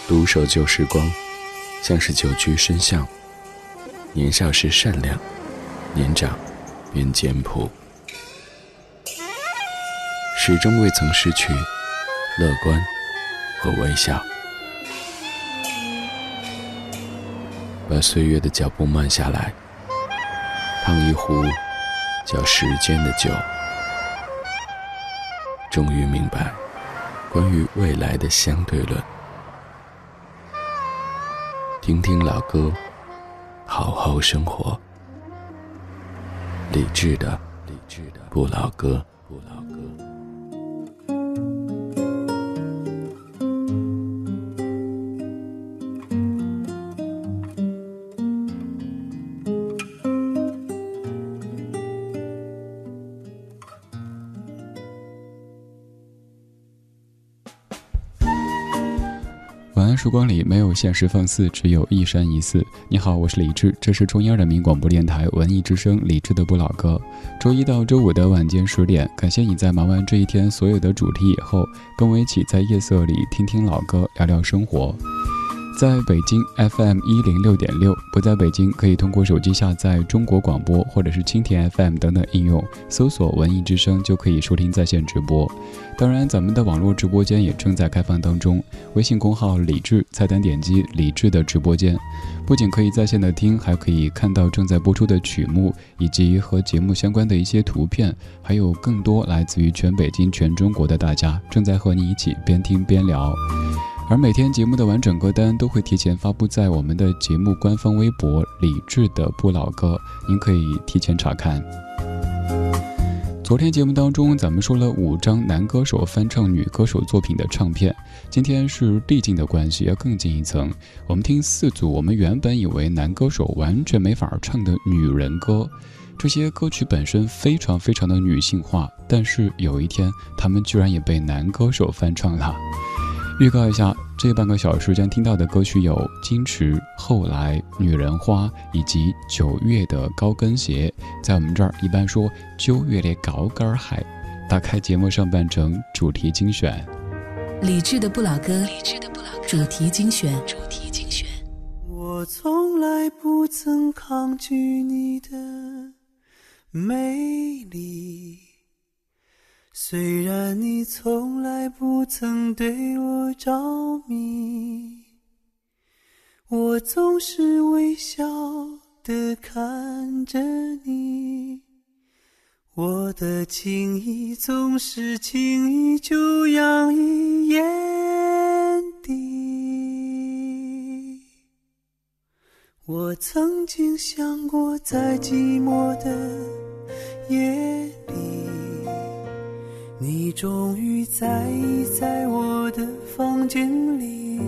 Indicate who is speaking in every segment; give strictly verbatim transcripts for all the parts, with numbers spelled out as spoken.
Speaker 1: 独守旧时光，像是久居深巷。年少时善良，年长便简朴，始终未曾失去乐观和微笑。把岁月的脚步慢下来，烫一壶叫时间的酒，终于明白关于未来的相对论。听听老歌，好好生活。理智的理智的不老歌，不老歌。
Speaker 2: 晚安时光里没有现实放肆，只有一山一寺。你好，我是李志，这是中央人民广播电台文艺之声李志的不老歌。周一到周五的晚间十点，感谢你在忙完这一天所有的主题以后，跟我一起在夜色里听听老歌，聊聊生活。在北京 F M 一零六点六，不在北京可以通过手机下载中国广播或者是蜻蜓 F M 等等应用，搜索文艺之声就可以收听在线直播。当然咱们的网络直播间也正在开放当中，微信公号李志，菜单点击李志的直播间，不仅可以在线的听，还可以看到正在播出的曲目以及和节目相关的一些图片，还有更多来自于全北京全中国的大家正在和你一起边听边聊。而每天节目的完整歌单都会提前发布在我们的节目官方微博李志的不老歌，您可以提前查看。昨天节目当中咱们说了五张男歌手翻唱女歌手作品的唱片，今天是递进的关系，要更进一层，我们听四组我们原本以为男歌手完全没法唱的女人歌。这些歌曲本身非常非常的女性化，但是有一天他们居然也被男歌手翻唱了。预告一下，这半个小时将听到的歌曲有矜持、后来、女人花以及九月的高跟鞋。在我们这儿一般说九月的高跟鞋。打开节目上半程主题精选，
Speaker 3: 理智的不老歌，主题精选。主题精选。
Speaker 4: 我从来不曾抗拒你的美丽，虽然你从来不曾对我着迷，我总是微笑地看着你，我的情意总是轻易就洋溢眼底。我曾经想过在寂寞的夜里，你终于在意在我的房间里，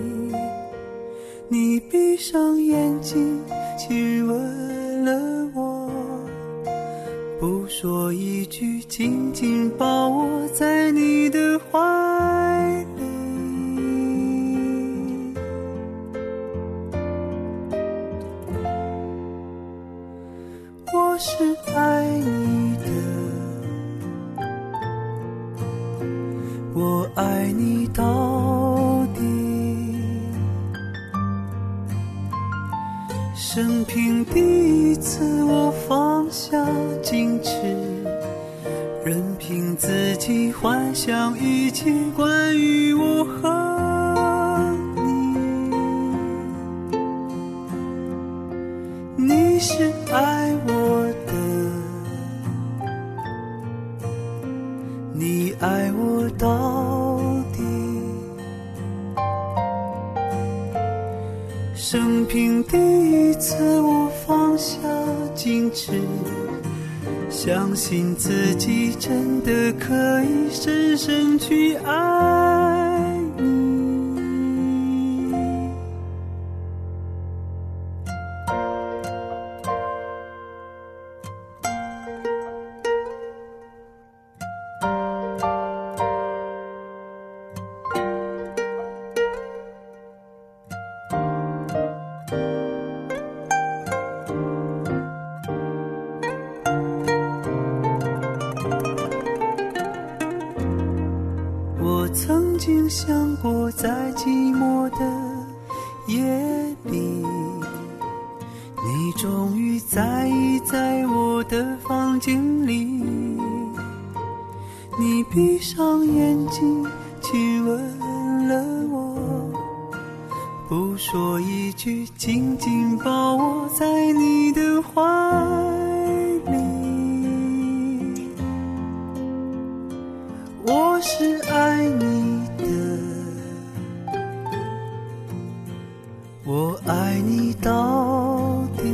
Speaker 4: 你闭上眼睛亲吻了我，不说一句，紧紧抱我在你的怀里。我是爱你的，我爱你到底，生平第一次我放下矜持，任凭自己幻想一切关于我和你。你是爱我的，你爱我到底，生平第一次我放下矜持，相信自己真的可以深深去爱你。我我曾经想过，在寂寞的夜里，你终于在意在我的房间里，你闭上眼睛亲吻了我，不说一句，紧紧抱我在你的怀里。我是爱你的，我爱你到底。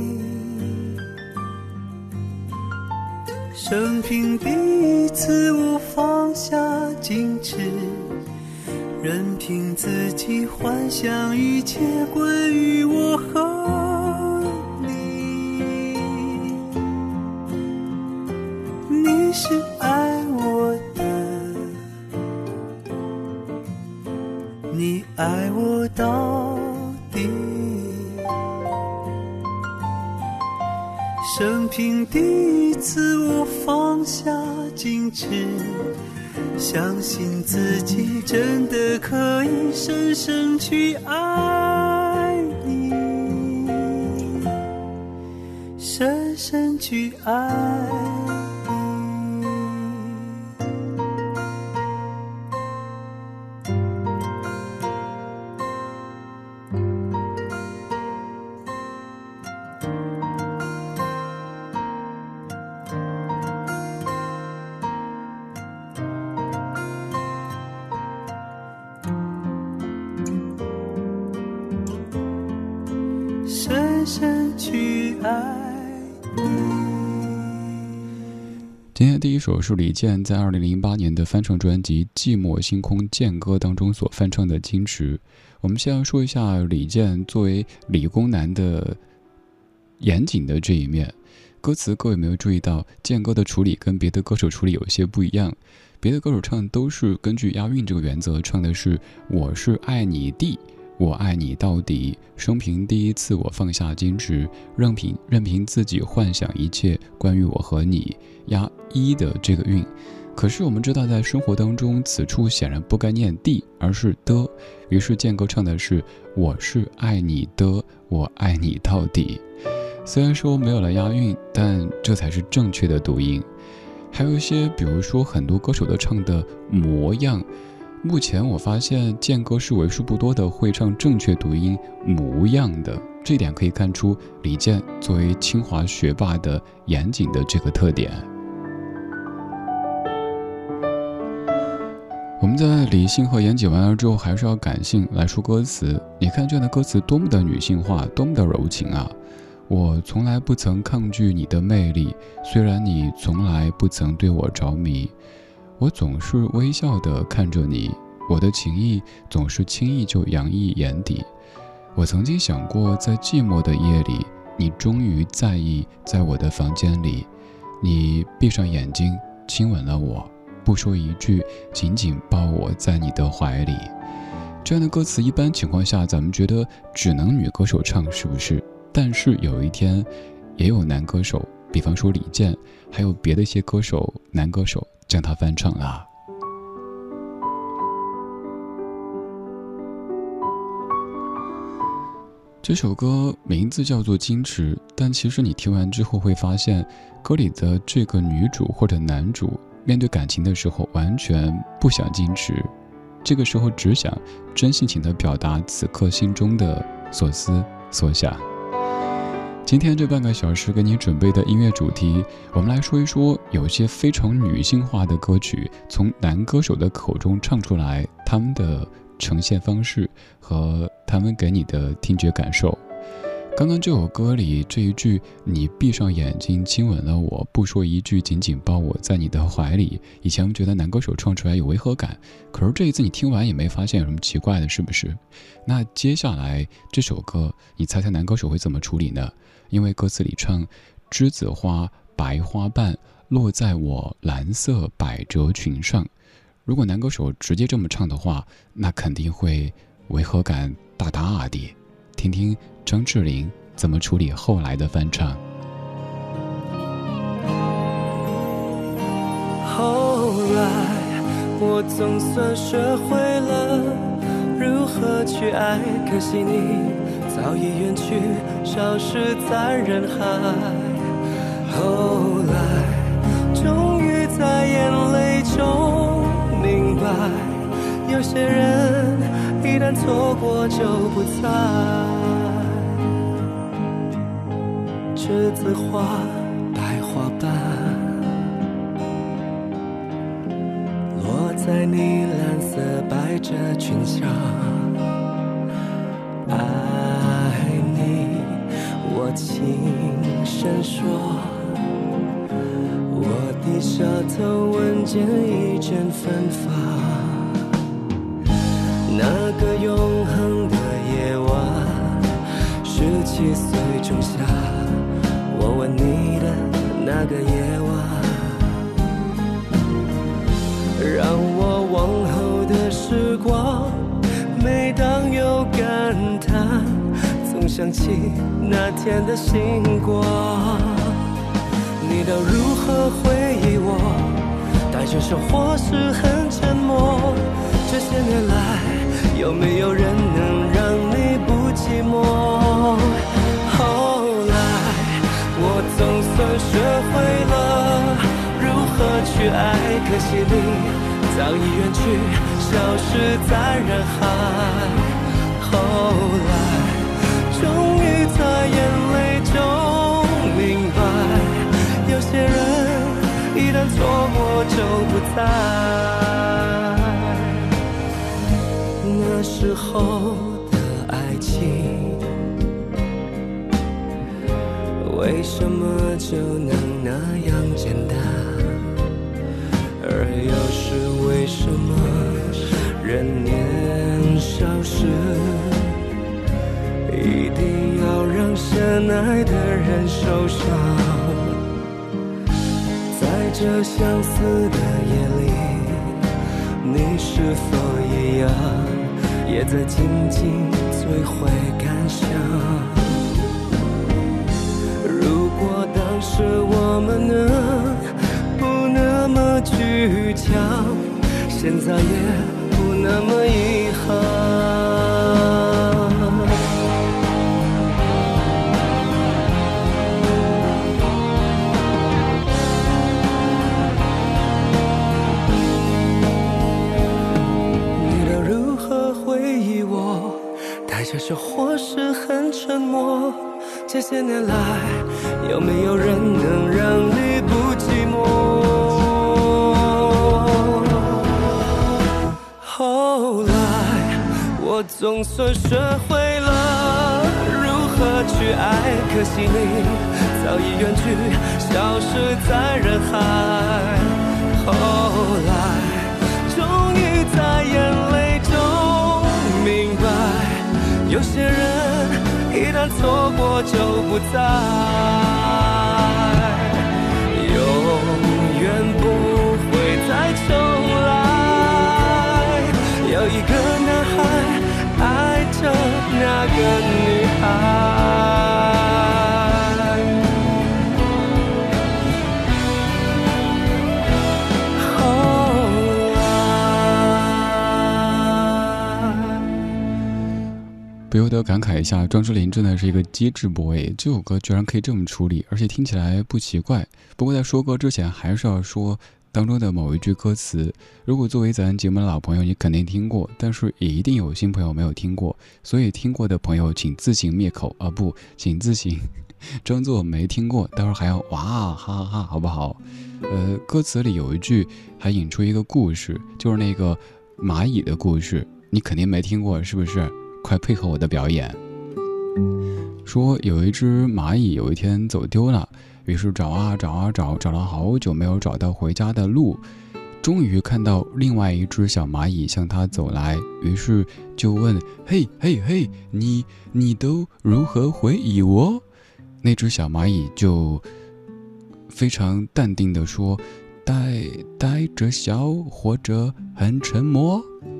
Speaker 4: 生平第一次我放下矜持，任凭自己幻想一切关于我和你。你是爱我的，你爱我到底。生平第一次我放下矜持，相信自己真的可以深深去爱你，深深去爱你。深深去爱你。
Speaker 2: 今天第一首是李健在二零零八年的翻唱专辑《寂寞星空剑歌》当中所翻唱的《矜持》。我们先要说一下李健作为理工男的严谨的这一面。歌词各位有没有注意到，健歌的处理跟别的歌手处理有些不一样？别的歌手唱都是根据押韵这个原则，唱的是我是爱你的，我爱你到底，生平第一次我放下矜持，任凭任凭自己幻想一切关于我和你，押一的这个韵。可是我们知道，在生活当中，此处显然不该念的，而是的。于是健歌唱的是我是爱你的，我爱你到底。虽然说没有了押韵，但这才是正确的读音。还有一些比如说很多歌手都唱的模样，目前我发现健歌是为数不多的会唱正确读音模样的，这一点可以看出李健作为清华学霸的严谨的这个特点。我们在理性和严谨完了之后，还是要感性来说歌词。你看这样的歌词多么的女性化，多么的柔情啊！我从来不曾抗拒你的魅力，虽然你从来不曾对我着迷，我总是微笑地看着你，我的情意总是轻易就洋溢眼底。我曾经想过，在寂寞的夜里，你终于在意在我的房间里，你闭上眼睛亲吻了我，不说一句，紧紧抱我在你的怀里。这样的歌词一般情况下咱们觉得只能女歌手唱，是不是？但是有一天也有男歌手，比方说李健，还有别的一些歌手男歌手将它翻唱了。这首歌名字叫做矜持，但其实你听完之后会发现，歌里的这个女主或者男主面对感情的时候完全不想矜持，这个时候只想真性情地表达此刻心中的所思所想。今天这半个小时给你准备的音乐主题，我们来说一说有些非常女性化的歌曲从男歌手的口中唱出来，他们的呈现方式和他们给你的听觉感受。刚刚这首歌里这一句你闭上眼睛亲吻了我，不说一句，紧紧抱我在你的怀里，以前我们觉得男歌手唱出来有违和感，可是这一次你听完也没发现有什么奇怪的，是不是？那接下来这首歌你猜猜男歌手会怎么处理呢？因为歌词里唱栀子花白花瓣落在我蓝色百褶裙上，如果男歌手直接这么唱的话，那肯定会违和感大大的。听听张智霖怎么处理后来的翻唱。
Speaker 4: 后来我总算学会了如何去爱，可惜你早已远去，消失在人海。后来终于在眼泪中明白，有些人一旦错过就不再。栀子花白花瓣落在你蓝色百褶裙上，爱你我轻声说，我低下头闻见一阵芬芳。那个永恒的夜晚，十七岁仲夏，我吻你的那个夜晚，让我往后的时光，每当有感叹，总想起那天的星光。你都如何回忆我？带着生活是很沉默。这些年来，有没有人能让你不寂寞？后来我总算学会了如何去爱，可惜你早已远去，消失在人海。后来终于在眼泪中明白，有些人一旦错过就不再。那时候的爱情为什么就能那样简单？而又是为什么人年少时一定要让深爱的人受伤？在这相似的夜里，你是否一样，也在静静追悔感伤？如果当时我们能不那么倔强，现在也不那么遗憾。这生活是很沉默，这些年来，有没有人能让你不寂寞？后来我总算学会了如何去爱，可惜你早已远去，消失在人海。后来终于在眼泪中明白，有些人一旦错过就不再，永远不会再重来。有一个男孩爱着那个女孩，
Speaker 2: 不由得感慨一下，庄之琳真的是一个机智 boy， 这首歌居然可以这么处理，而且听起来不奇怪。不过在说歌之前，还是要说当中的某一句歌词，如果作为咱节目的老朋友，你肯定听过，但是也一定有新朋友没有听过，所以听过的朋友请自行灭口啊，不，请自行装作没听过，待会儿还要哇哈哈哈，好不好？呃，歌词里有一句还引出一个故事，就是那个蚂蚁的故事，你肯定没听过，是不是？快配合我的表演。说有一只蚂蚁有一天走丢了，于是找啊找啊找，找了好久没有找到回家的路，终于看到另外一只小蚂蚁向它走来，于是就问：嘿嘿嘿，你你都如何回忆我？那只小蚂蚁就非常淡定地说：带带着笑，或者很沉默。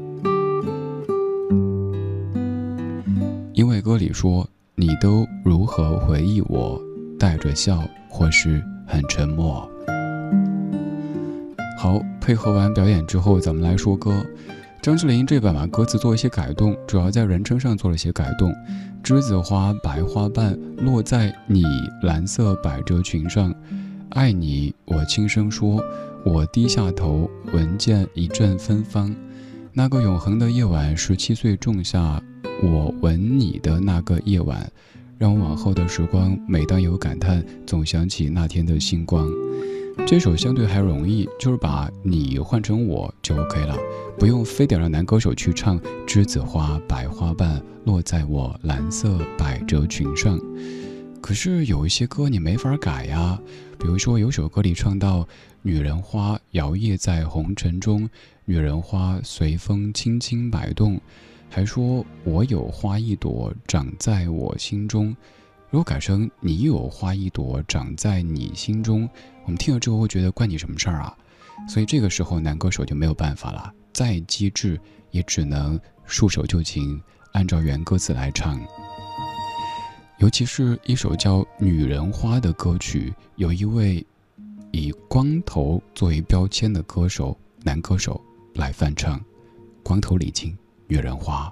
Speaker 2: 因为歌里说你都如何回忆我，带着笑或是很沉默。好， 配合完表演之后，咱们来说歌。张智霖这版把歌词做一些改动，主要在人称上做了些改动。栀子花白花瓣落在你蓝色百褶裙上，爱你我轻声说，我低下头闻见一阵芬芳。那个永恒的夜晚，十七岁仲夏，我吻你的那个夜晚，让我往后的时光，每当有感叹，总想起那天的星光。这首相对还容易，就是把你换成我就 OK 了，不用非得让男歌手去唱栀子花白花瓣落在我蓝色百褶裙上。可是有一些歌你没法改呀，比如说有首歌里唱到女人花摇曳在红尘中，女人花随风轻轻摆动，还说我有花一朵长在我心中。如果改成你有花一朵长在你心中，我们听了之后会觉得关你什么事儿啊？所以这个时候男歌手就没有办法了，再机智也只能束手就擒，按照原歌词来唱。尤其是一首叫《女人花》的歌曲，有一位以光头作为标签的歌手，男歌手来翻唱，光头李菁《女人花》。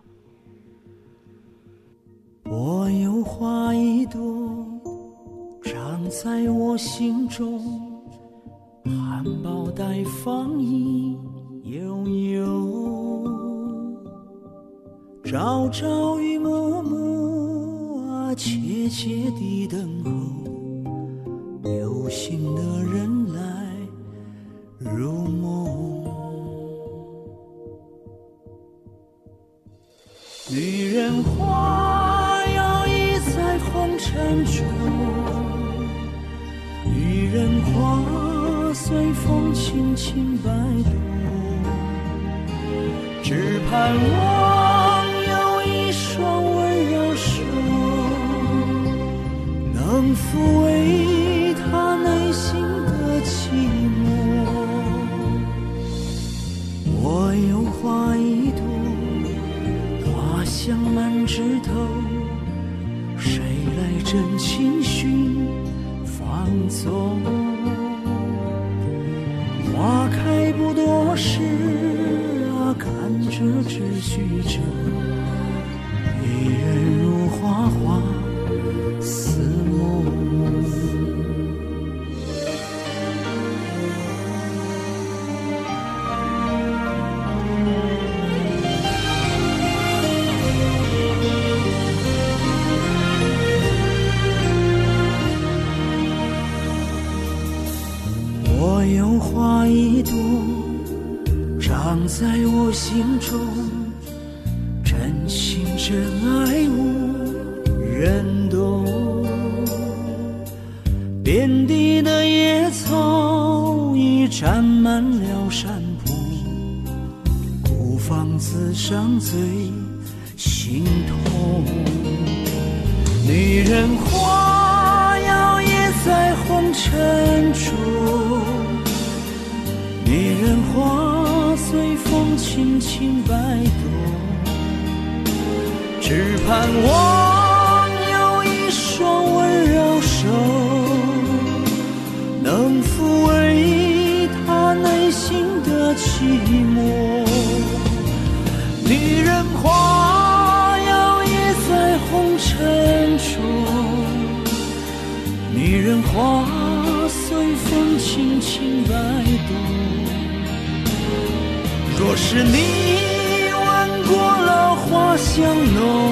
Speaker 4: 我有花一朵长在我心中，含苞待放意悠悠，朝朝与暮暮啊，切切地等候有心的人来入梦。女人花摇曳在红尘中，女人花随风轻轻摆动，只盼望有一双温柔手能抚慰她内心的寂寞。我有花一朵，花香满枝头，谁来真情寻放纵？花开不多时啊，看着只须着，一人如花花似梦。我有花一朵长在我心中，真心真爱无人懂，遍地的野草已占满了山坡，孤芳自赏最心痛。女人花摇曳在红尘中，女人花随风轻轻摆动，只盼望有一双温柔手能抚慰她内心的寂寞。女人花摇曳在红尘中，女人花随风轻轻摆动。若是你闻过了花香浓，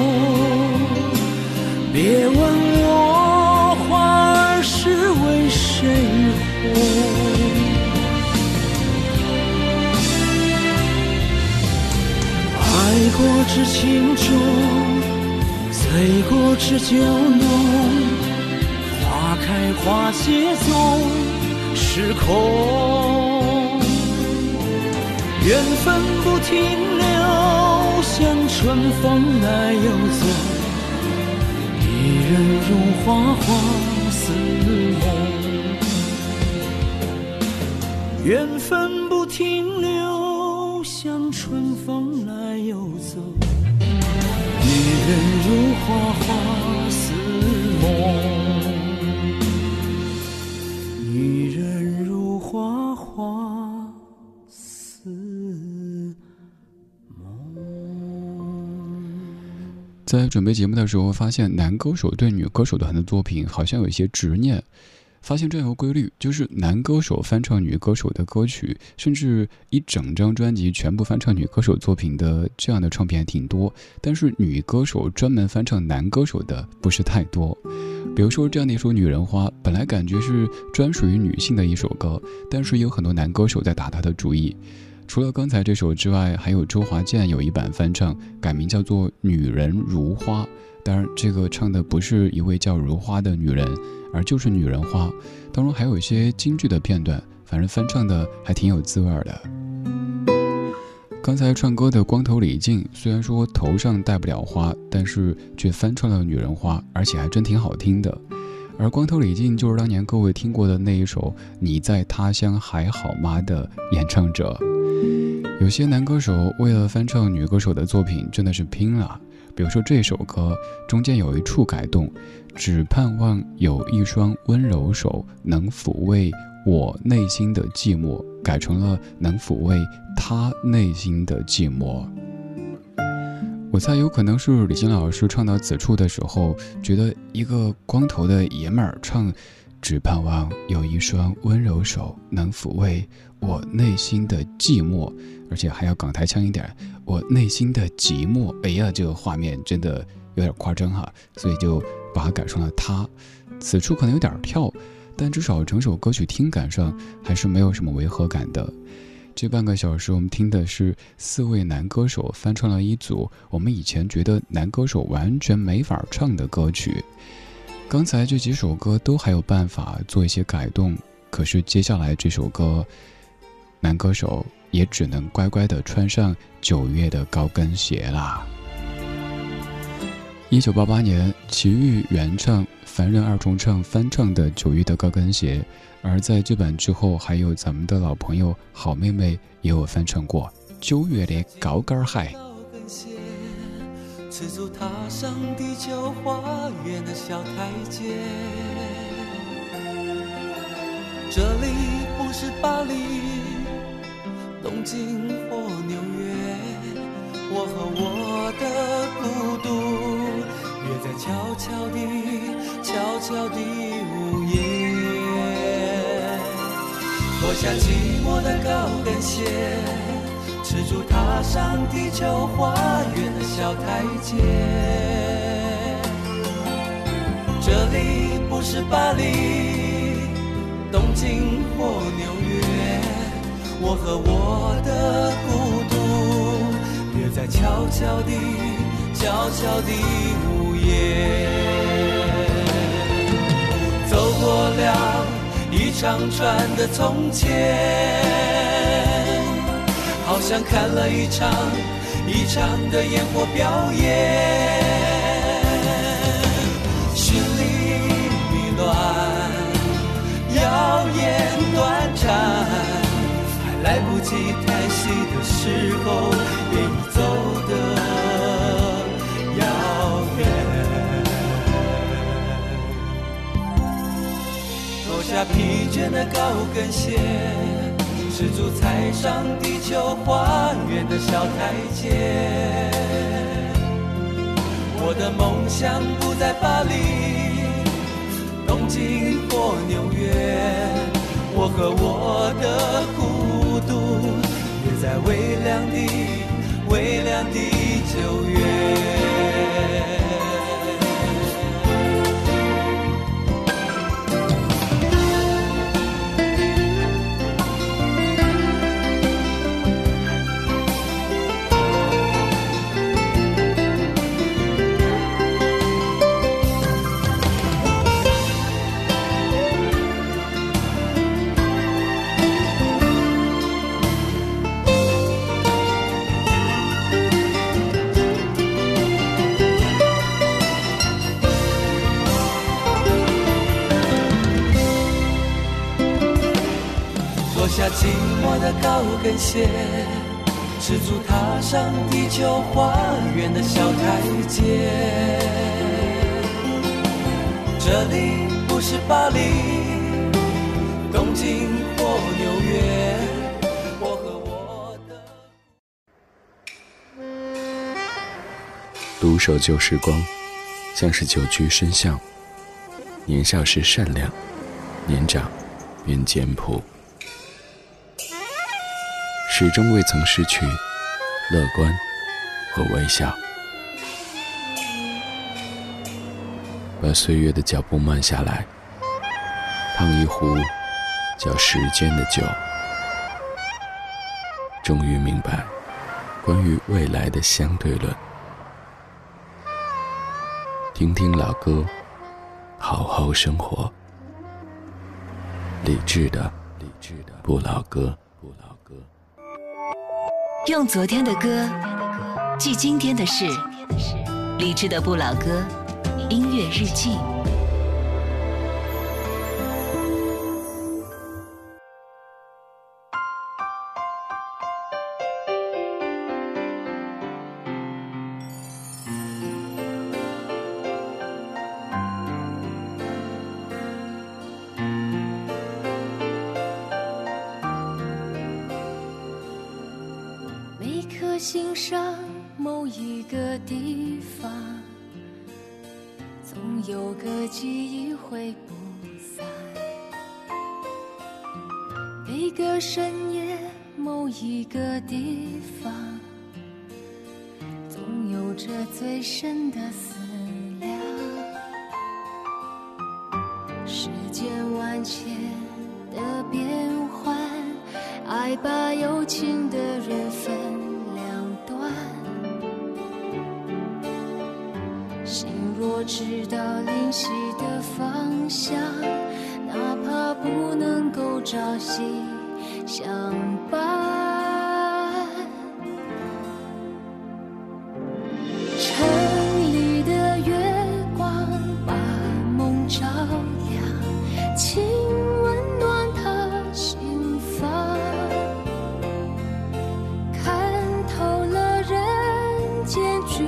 Speaker 4: 别问我花儿是为谁红。爱过知情重，醉过知酒浓，花开花谢总是空。缘分不停留，像春风来又走，一人如花花似梦。缘分不停留，像春风来又走，一人如花花似梦。女人如花花
Speaker 2: 在准备节目的时候，发现男歌手对女歌手的很多作品好像有一些执念。发现这样一个规律，就是男歌手翻唱女歌手的歌曲，甚至一整张专辑全部翻唱女歌手作品的这样的唱片挺多，但是女歌手专门翻唱男歌手的不是太多。比如说这样的一首《女人花》，本来感觉是专属于女性的一首歌，但是有很多男歌手在打她的主意。除了刚才这首之外，还有周华健有一版翻唱，改名叫做《女人如花》。当然这个唱的不是一位叫如花的女人，而就是女人花，当中还有一些京剧的片段，反正翻唱的还挺有滋味的。刚才唱歌的光头李静，虽然说头上戴不了花，但是却翻唱了女人花，而且还真挺好听的。而光头李静就是当年各位听过的那一首《你在他乡还好吗》的演唱者。有些男歌手为了翻唱女歌手的作品真的是拼了，比如说这首歌中间有一处改动，只盼望有一双温柔手能抚慰我内心的寂寞，改成了能抚慰他内心的寂寞。我猜有可能是李欣老师唱到此处的时候，觉得一个光头的爷们儿唱只盼望有一双温柔手能抚慰我内心的寂寞，而且还要港台腔一点，我内心的寂寞。哎呀，这个画面真的有点夸张哈，所以就把它改成了他。此处可能有点跳，但至少整首歌曲听感上还是没有什么违和感的。这半个小时我们听的是四位男歌手翻唱了一组我们以前觉得男歌手完全没法唱的歌曲。刚才这几首歌都还有办法做一些改动，可是接下来这首歌男歌手也只能乖乖地穿上九月的高跟鞋啦。一九八八年齐豫原唱，凡人二重唱翻唱的九月的高跟鞋，而在这版之后还有咱们的老朋友好妹妹也有翻唱过九月的高跟鞋。
Speaker 4: 赤足踏上地球花园的小台阶，这里不是巴黎、东京或纽约，我和我的孤独约在悄悄地悄悄地午夜，脱下寂寞的高跟鞋，赤足踏上地球花园的小台阶，这里不是巴黎、东京或纽约，我和我的孤独约在悄悄地悄悄地午夜，走过了一长串的从前，好像看了一场一场的烟火表演，绚丽迷乱，耀眼短暂，还来不及叹息的时候，也已走得遥远。脱下疲倦的高跟鞋，赤足踩上地球花园的小台阶，我的梦想不在巴黎、东京或纽约，我和我的孤独约在微凉的微凉的九月。下寂寞的高跟鞋，赤足踏上地球花园的小台阶，这里不是巴黎、东京或纽约，我和我的
Speaker 1: 独守旧时光，像是久居深巷。年少时善良，年长便简朴，始终未曾失去乐观和微笑。把岁月的脚步慢下来，烫一壶叫时间的酒，终于明白关于未来的相对论。听听老歌，好好生活。理智的理智的不老歌，不老歌。
Speaker 3: 用昨天的歌记今天的事，理智的不老歌，音乐日记。
Speaker 5: 欣赏某一个地方，总有个记忆会不散。每个深夜某一个地方，总有着最深的思量。世间万千的变幻，爱把有情的人分若知道灵犀的方向，哪怕不能够朝夕相伴。城里的月光把梦照亮，请温暖他心房，看透了人间聚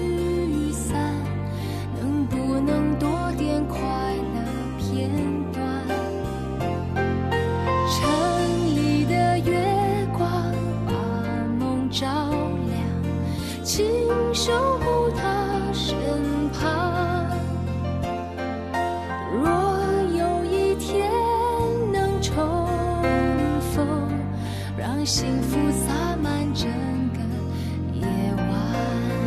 Speaker 5: 守护他身旁。若有一天能重逢，让幸福洒满整个夜晚。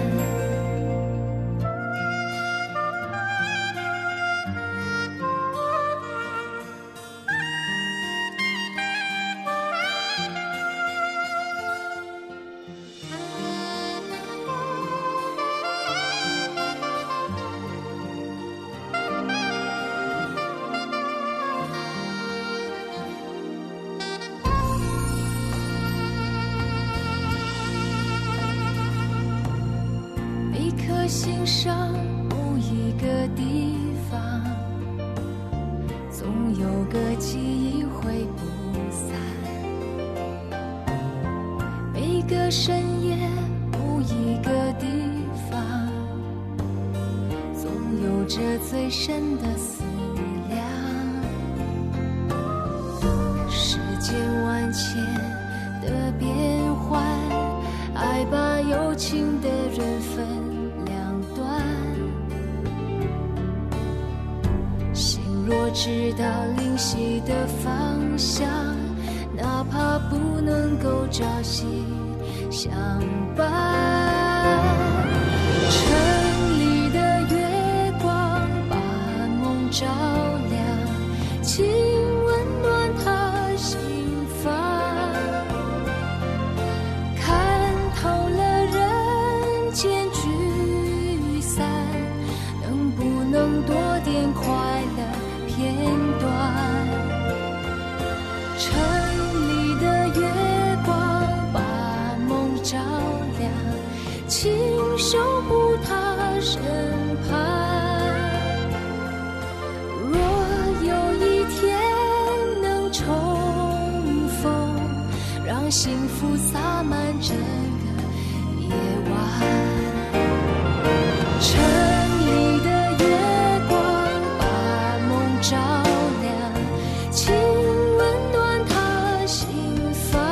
Speaker 5: 欣赏某一个地方，总有个记忆会不散。每个深夜某一个地方，总有着最深的思量。世间万千的变幻，爱把有情的人分若知道灵犀的方向，哪怕不能够朝夕相伴。城里的月光把梦照亮，请温暖他心房，看透了人间聚散，能不能多点快乐片段。城里的月光把梦照亮，请守护他身旁。若有一天能重逢，让幸福洒满整个夜晚。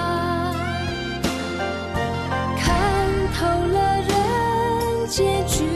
Speaker 5: 结局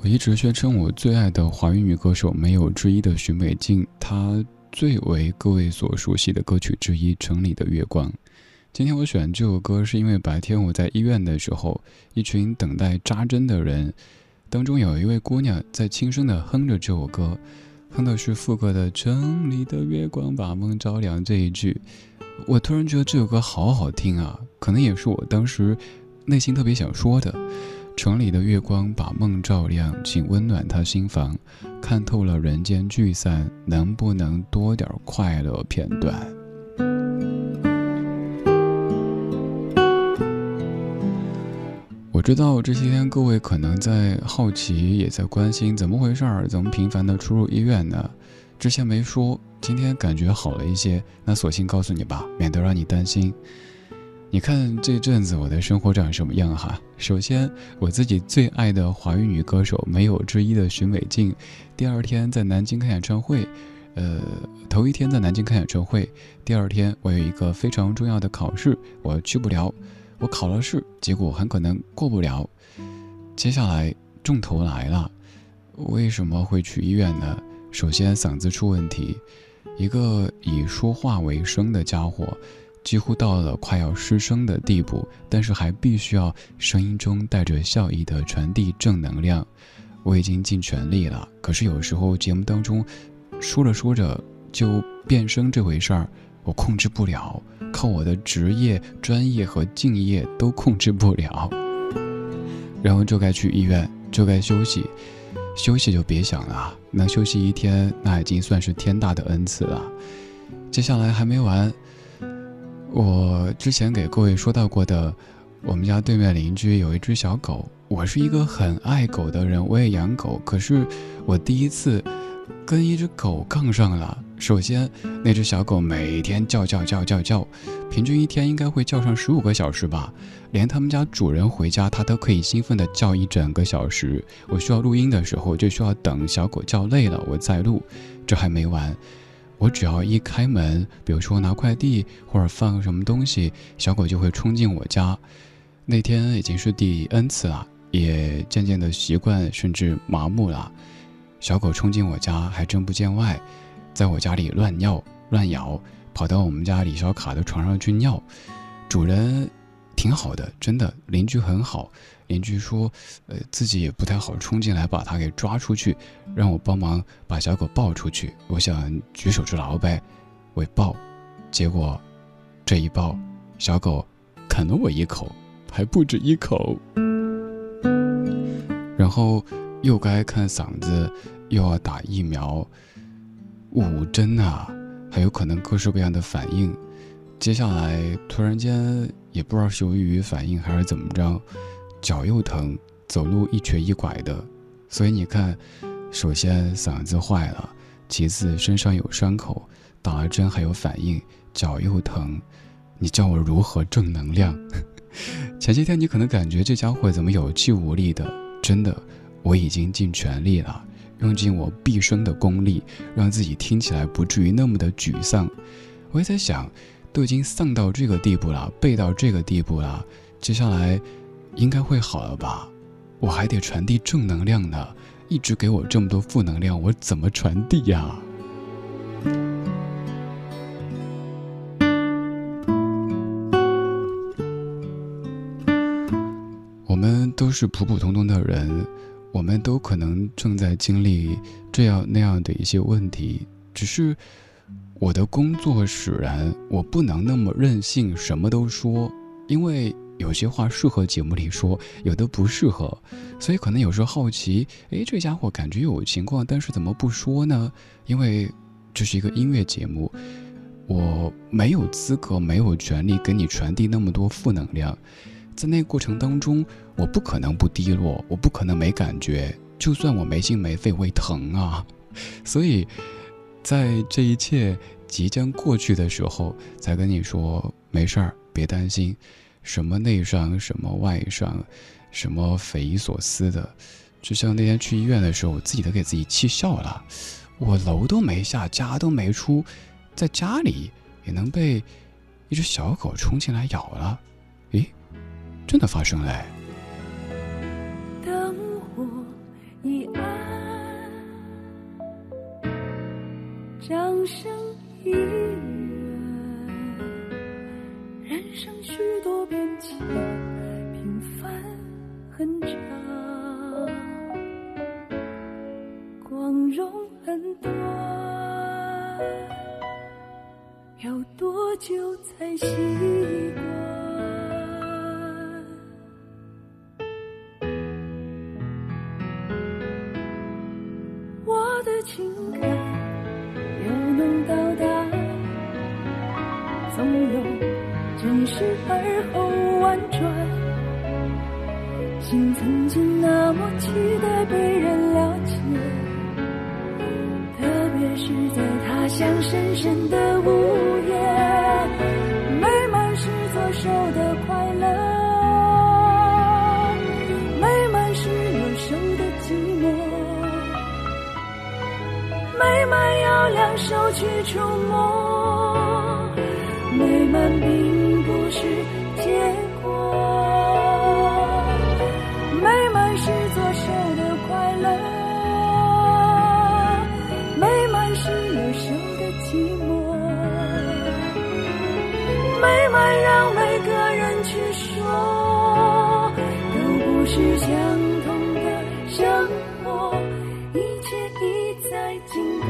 Speaker 2: 我一直宣称我最爱的华语女歌手没有之一的许美静，她最为各位所熟悉的歌曲之一《城里的月光》。今天我选这首歌是因为白天我在医院的时候，一群等待扎针的人当中有一位姑娘在轻声地哼着这首歌，哼的是副歌的城里的月光把梦照亮这一句。我突然觉得这首歌好好听啊，可能也是我当时内心特别想说的。城里的月光把梦照亮，请温暖他心房，看透了人间聚散，能不能多点快乐片段。我知道这些天各位可能在好奇，也在关心怎么回事儿，怎么频繁的出入医院呢？之前没说，今天感觉好了一些，那索性告诉你吧，免得让你担心。你看这阵子我的生活长什么样哈？首先，我自己最爱的华语女歌手没有之一的许美静，第二天在南京开演唱会，呃，头一天在南京开演唱会，第二天我有一个非常重要的考试，我去不了，我考了试，结果很可能过不了。接下来重头来了，为什么会去医院呢？首先嗓子出问题，一个以说话为生的家伙，几乎到了快要失声的地步，但是还必须要声音中带着笑意的传递正能量。我已经尽全力了，可是有时候节目当中说着说着就变声这回事儿，我控制不了，靠我的职业、专业和敬业都控制不了。然后就该去医院，就该休息，休息就别想了，能休息一天，那已经算是天大的恩赐了。接下来还没完，我之前给各位说到过的，我们家对面邻居有一只小狗，我是一个很爱狗的人，我也养狗，可是我第一次跟一只狗杠上了。首先那只小狗每天叫叫叫叫叫，平均一天应该会叫上十五个小时吧，连他们家主人回家它都可以兴奋地叫一整个小时。我需要录音的时候就需要等小狗叫累了我再录。这还没完，我只要一开门，比如说拿快递或者放什么东西，小狗就会冲进我家。那天已经是第 N 次了，也渐渐的习惯甚至麻木了。小狗冲进我家还真不见外，在我家里乱尿乱咬，跑到我们家李小卡的床上去尿。主人挺好的，真的，邻居很好。邻居说呃，自己也不太好冲进来把它给抓出去，让我帮忙把小狗抱出去。我想举手之劳呗，我抱，结果这一抱，小狗啃了我一口，还不止一口。然后又该看嗓子，又要打疫苗，五针啊，还有可能各式各样的反应。接下来突然间也不知道是由于反应还是怎么着，脚又疼，走路一瘸一拐的。所以你看，首先嗓子坏了，其次身上有伤口，打了针还有反应，脚又疼，你叫我如何正能量？前些天你可能感觉这家伙怎么有气无力的，真的，我已经尽全力了，用尽我毕生的功力，让自己听起来不至于那么的沮丧。我也在想，都已经丧到这个地步了，背到这个地步了，接下来应该会好了吧？我还得传递正能量呢，一直给我这么多负能量，我怎么传递呀？我们都是普普通通的人，我们都可能正在经历这样那样的一些问题，只是我的工作使然，我不能那么任性什么都说，因为有些话适合节目里说，有的不适合，所以可能有时候好奇，诶，这家伙感觉有情况，但是怎么不说呢？因为这是一个音乐节目，我没有资格，没有权利给你传递那么多负能量。在那个过程当中，我不可能不低落，我不可能没感觉，就算我没心没肺，我也疼啊。所以在这一切即将过去的时候，才跟你说没事儿，别担心，什么内伤，什么外伤，什么匪夷所思的。就像那天去医院的时候，我自己都给自己气笑了，我楼都没下，家都没出，在家里也能被一只小狗冲进来咬了。真的发生了。
Speaker 5: 当我一掌声一人，人生许多变迁，平凡很长，光荣很短，要多久才习惯？我的情感由浓到淡，总有真实而后婉转，心曾经那么期待被人了解，特别是在他乡深深的午夜，美满是左手的快乐，美满是右手的寂寞，美满要两手去触摸，美满并不是结果，美满是左手的快乐，美满是右手的寂寞，美满让每个人去说，都不是相同的生活，一切已在经过。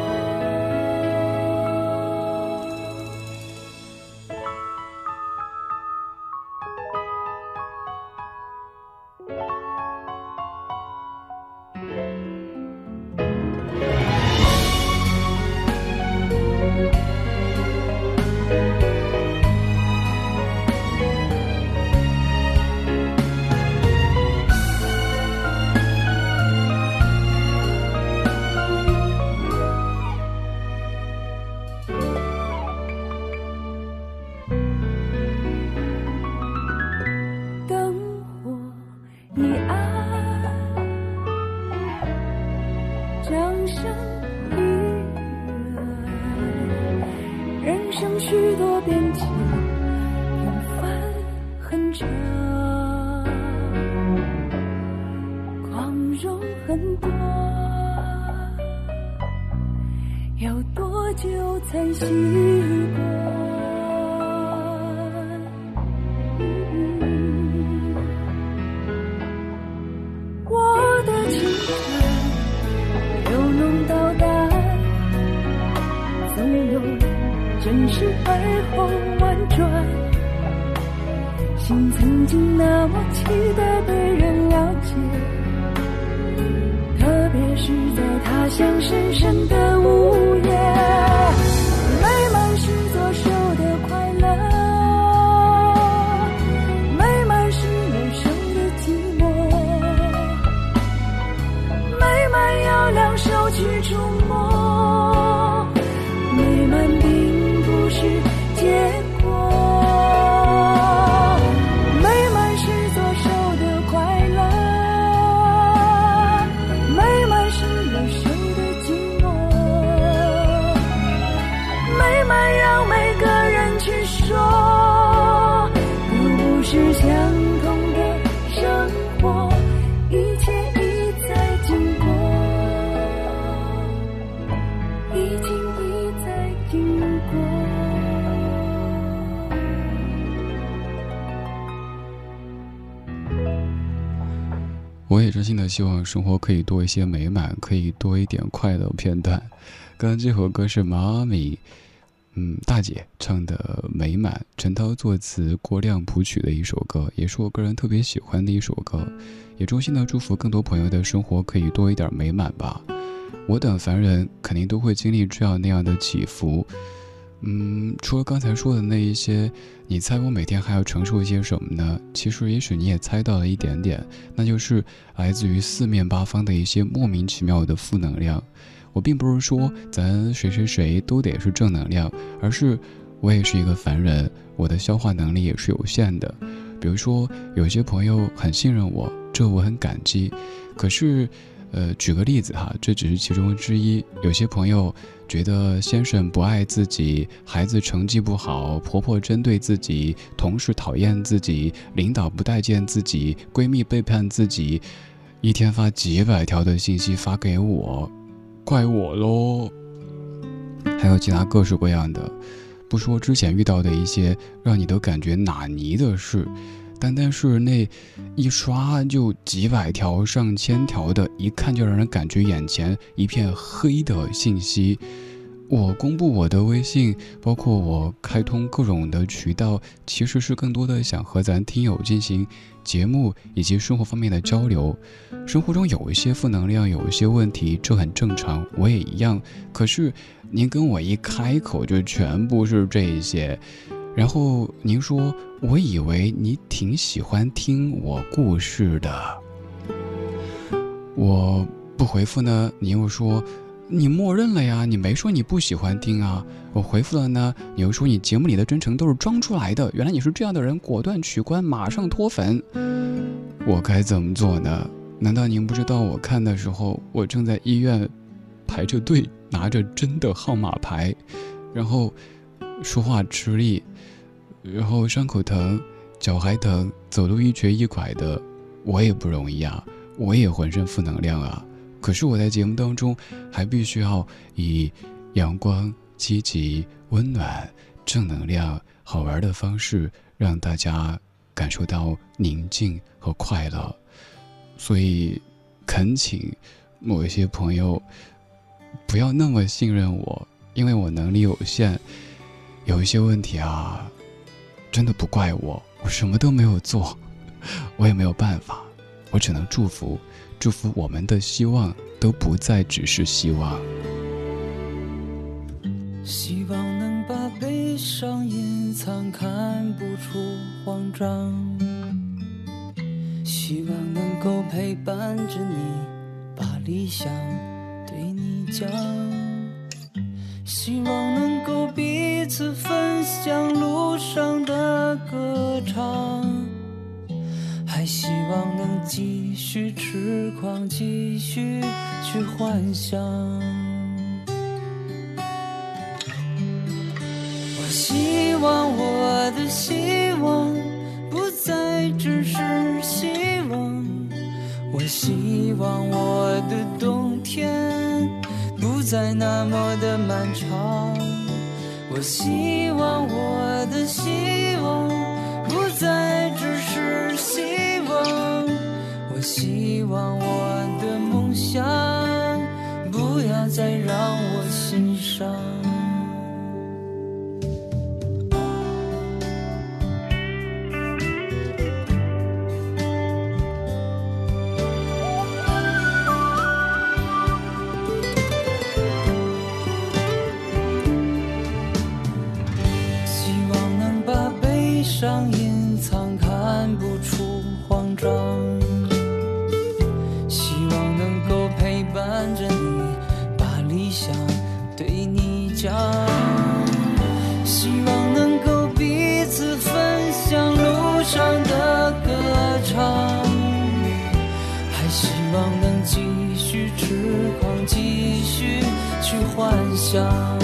Speaker 5: 真实而后婉转，心曾经那么期待被人了解，特别是在他乡深深的午夜，美满是左手的快乐，美满是右手的寂寞，美满要两手去触摸，美满并不是结果，美满是左手的快乐，美满是右手的寂寞，美满让每个人去说，都不是相同的生活，一切已在经过，已经已在经过。
Speaker 2: 我也真心的希望生活可以多一些美满，可以多一点快乐片段。刚刚这首歌是妈咪嗯，大姐唱的《美满》，陈涛作词，郭亮谱曲的一首歌，也是我个人特别喜欢的一首歌。也衷心的祝福更多朋友的生活可以多一点美满吧。我等凡人肯定都会经历这样那样的起伏。嗯，除了刚才说的那一些，你猜我每天还要承受一些什么呢？其实也许你也猜到了一点点，那就是来自于四面八方的一些莫名其妙的负能量。我并不是说咱谁谁谁都得是正能量，而是我也是一个凡人，我的消化能力也是有限的。比如说有些朋友很信任我，这我很感激，可是呃，举个例子哈，这只是其中之一。有些朋友觉得先生不爱自己，孩子成绩不好，婆婆针对自己，同事讨厌自己，领导不待见自己，闺蜜背叛自己，一天发几百条的信息发给我，怪我咯。 还有其他各式各样的。不说之前遇到的一些让你都感觉哪泥的事，单单是那一刷就几百条上千条的，一看就让人感觉眼前一片黑的信息。我公布我的微信，包括我开通各种的渠道，其实是更多的想和咱听友进行节目以及生活方面的交流。生活中有一些负能量，有一些问题，这很正常，我也一样。可是您跟我一开口就全部是这些，然后您说我以为你挺喜欢听我故事的，我不回复呢，你又说你默认了呀，你没说你不喜欢听啊。我回复了呢，你又说你节目里的真诚都是装出来的，原来你是这样的人，果断取关，马上脱粉。我该怎么做呢？难道您不知道我看的时候，我正在医院排着队，拿着针的号码牌，然后说话吃力，然后伤口疼，脚还疼，走路一瘸一拐的，我也不容易啊，我也浑身负能量啊。可是我在节目当中还必须要以阳光、积极、温暖、正能量、好玩的方式让大家感受到宁静和快乐。所以恳请某一些朋友不要那么信任我，因为我能力有限，有一些问题啊，真的不怪我，我什么都没有做，我也没有办法，我只能祝福祝福我们的希望都不再只是希望。
Speaker 4: 希望能把悲伤隐藏，看不出慌张，希望能够陪伴着你，把理想对你讲，希望能够彼此分享路上的歌唱，还希望能继续痴狂，继续去幻想。我希望我的希望不再只是希望，我希望我的冬天不再那么的漫长，我希望我的希望不再只是希望，我希望我的梦想不要再让我心伤。希望能把悲伤隐藏，看不出慌张，希望能够陪伴着你，把理想对你讲，希望能够彼此分享路上的歌唱，还希望能继续痴狂，继续去幻想。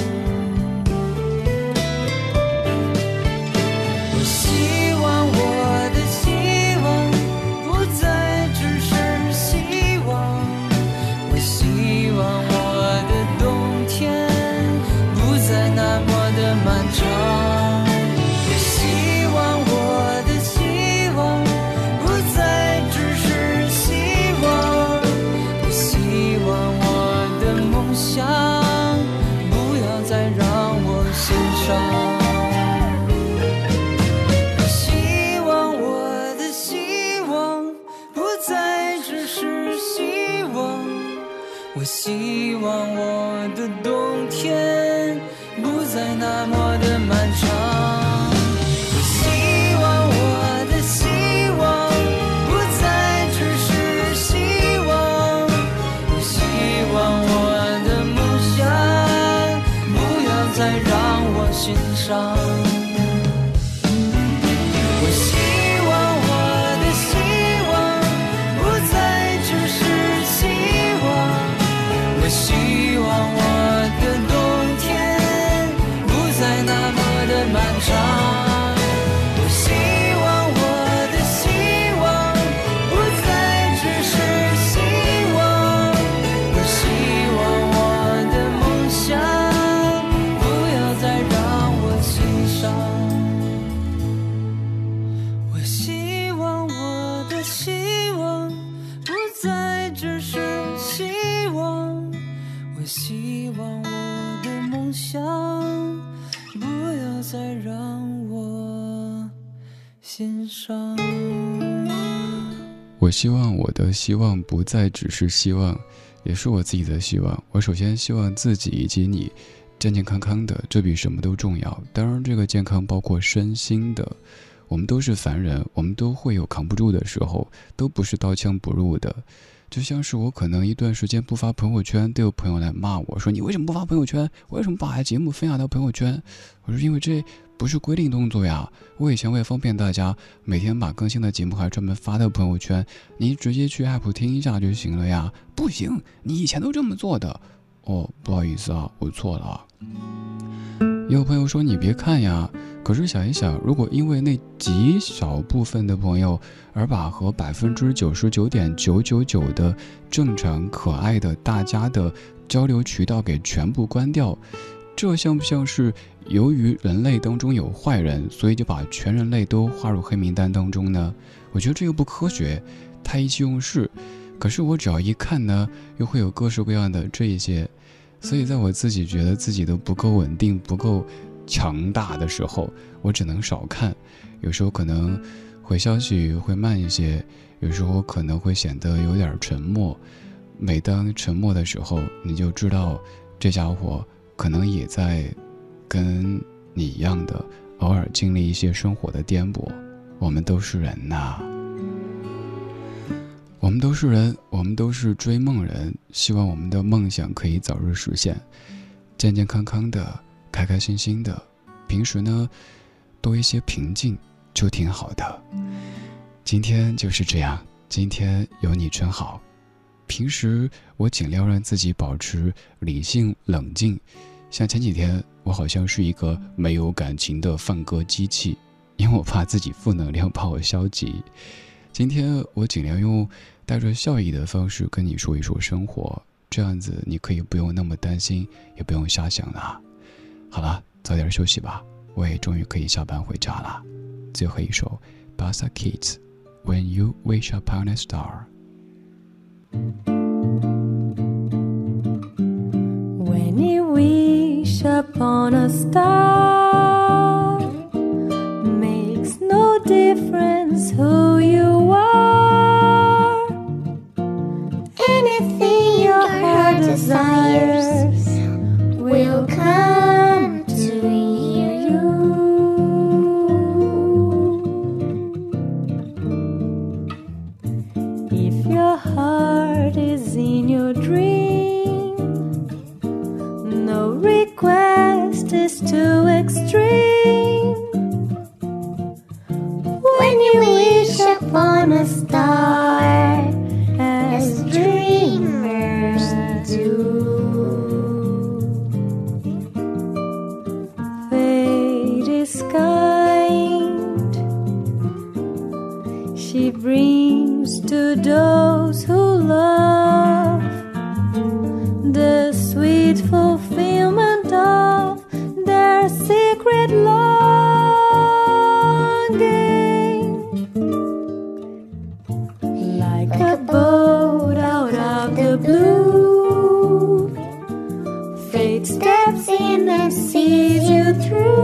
Speaker 4: 希望我的希望不再只是希望，我希望我的冬天不再那么的漫长，我希望我的希望不再只是希望，我希望我的梦想不要再让我心伤。我希望我的冬天不再那么的漫长，我希望我的希望不再只是希望，我希望我的梦想不要再让我心伤。漫长，我希望我的希望不再只是希望，我希望我的梦想心上。
Speaker 2: 我希望我的希望不再只是希望，也是我自己的希望。我首先希望自己以及你健健康康的，这比什么都重要。当然这个健康包括身心的，我们都是凡人，我们都会有扛不住的时候，都不是刀枪不入的。就像是我可能一段时间不发朋友圈，都有朋友来骂我说，你为什么不发朋友圈，为什么把节目分享到朋友圈？我说因为这不是规定动作呀，我以前为了方便大家，每天把更新的节目还专门发到朋友圈，你直接去 app 听一下就行了呀。不行，你以前都这么做的。哦，不好意思啊，我错了。也有朋友说你别看呀，可是想一想，如果因为那极少部分的朋友而把和百分之九十九点九九九的正常可爱的大家的交流渠道给全部关掉，这像不像是由于人类当中有坏人，所以就把全人类都划入黑名单当中呢？我觉得这又不科学，太意气用事。可是我只要一看呢，又会有各式各样的这一些，所以在我自己觉得自己都不够稳定不够强大的时候，我只能少看。有时候可能回消息会慢一些，有时候可能会显得有点沉默。每当沉默的时候，你就知道这家伙可能也在跟你一样的偶尔经历一些生活的颠簸。我们都是人呐，我们都是人，我们都是追梦人，希望我们的梦想可以早日实现，健健康康的，开开心心的，平时呢多一些平静就挺好的。今天就是这样，今天有你真好。平时我尽量让自己保持理性冷静，像前几天我好像是一个没有感情的放歌机器，因为我怕自己负能量把我消极。今天我尽量用带着笑意的方式跟你说一说生活，这样子你可以不用那么担心，也不用瞎想了。好了，早点休息吧，我也终于可以下班回家了。最后一首 Bassa Kids When You Wish Upon a Star。
Speaker 5: When you wish upon a star, makes no difference who you are. Anything your heart desires will come to you. If your heart is in your dream, no request is too extreme. When you wish upon a star, as dreamers do, fate is kind. She brings to those who love the sweet fulfillment of their secret longing. Like a boat out of the blue, fate steps in and sees you through.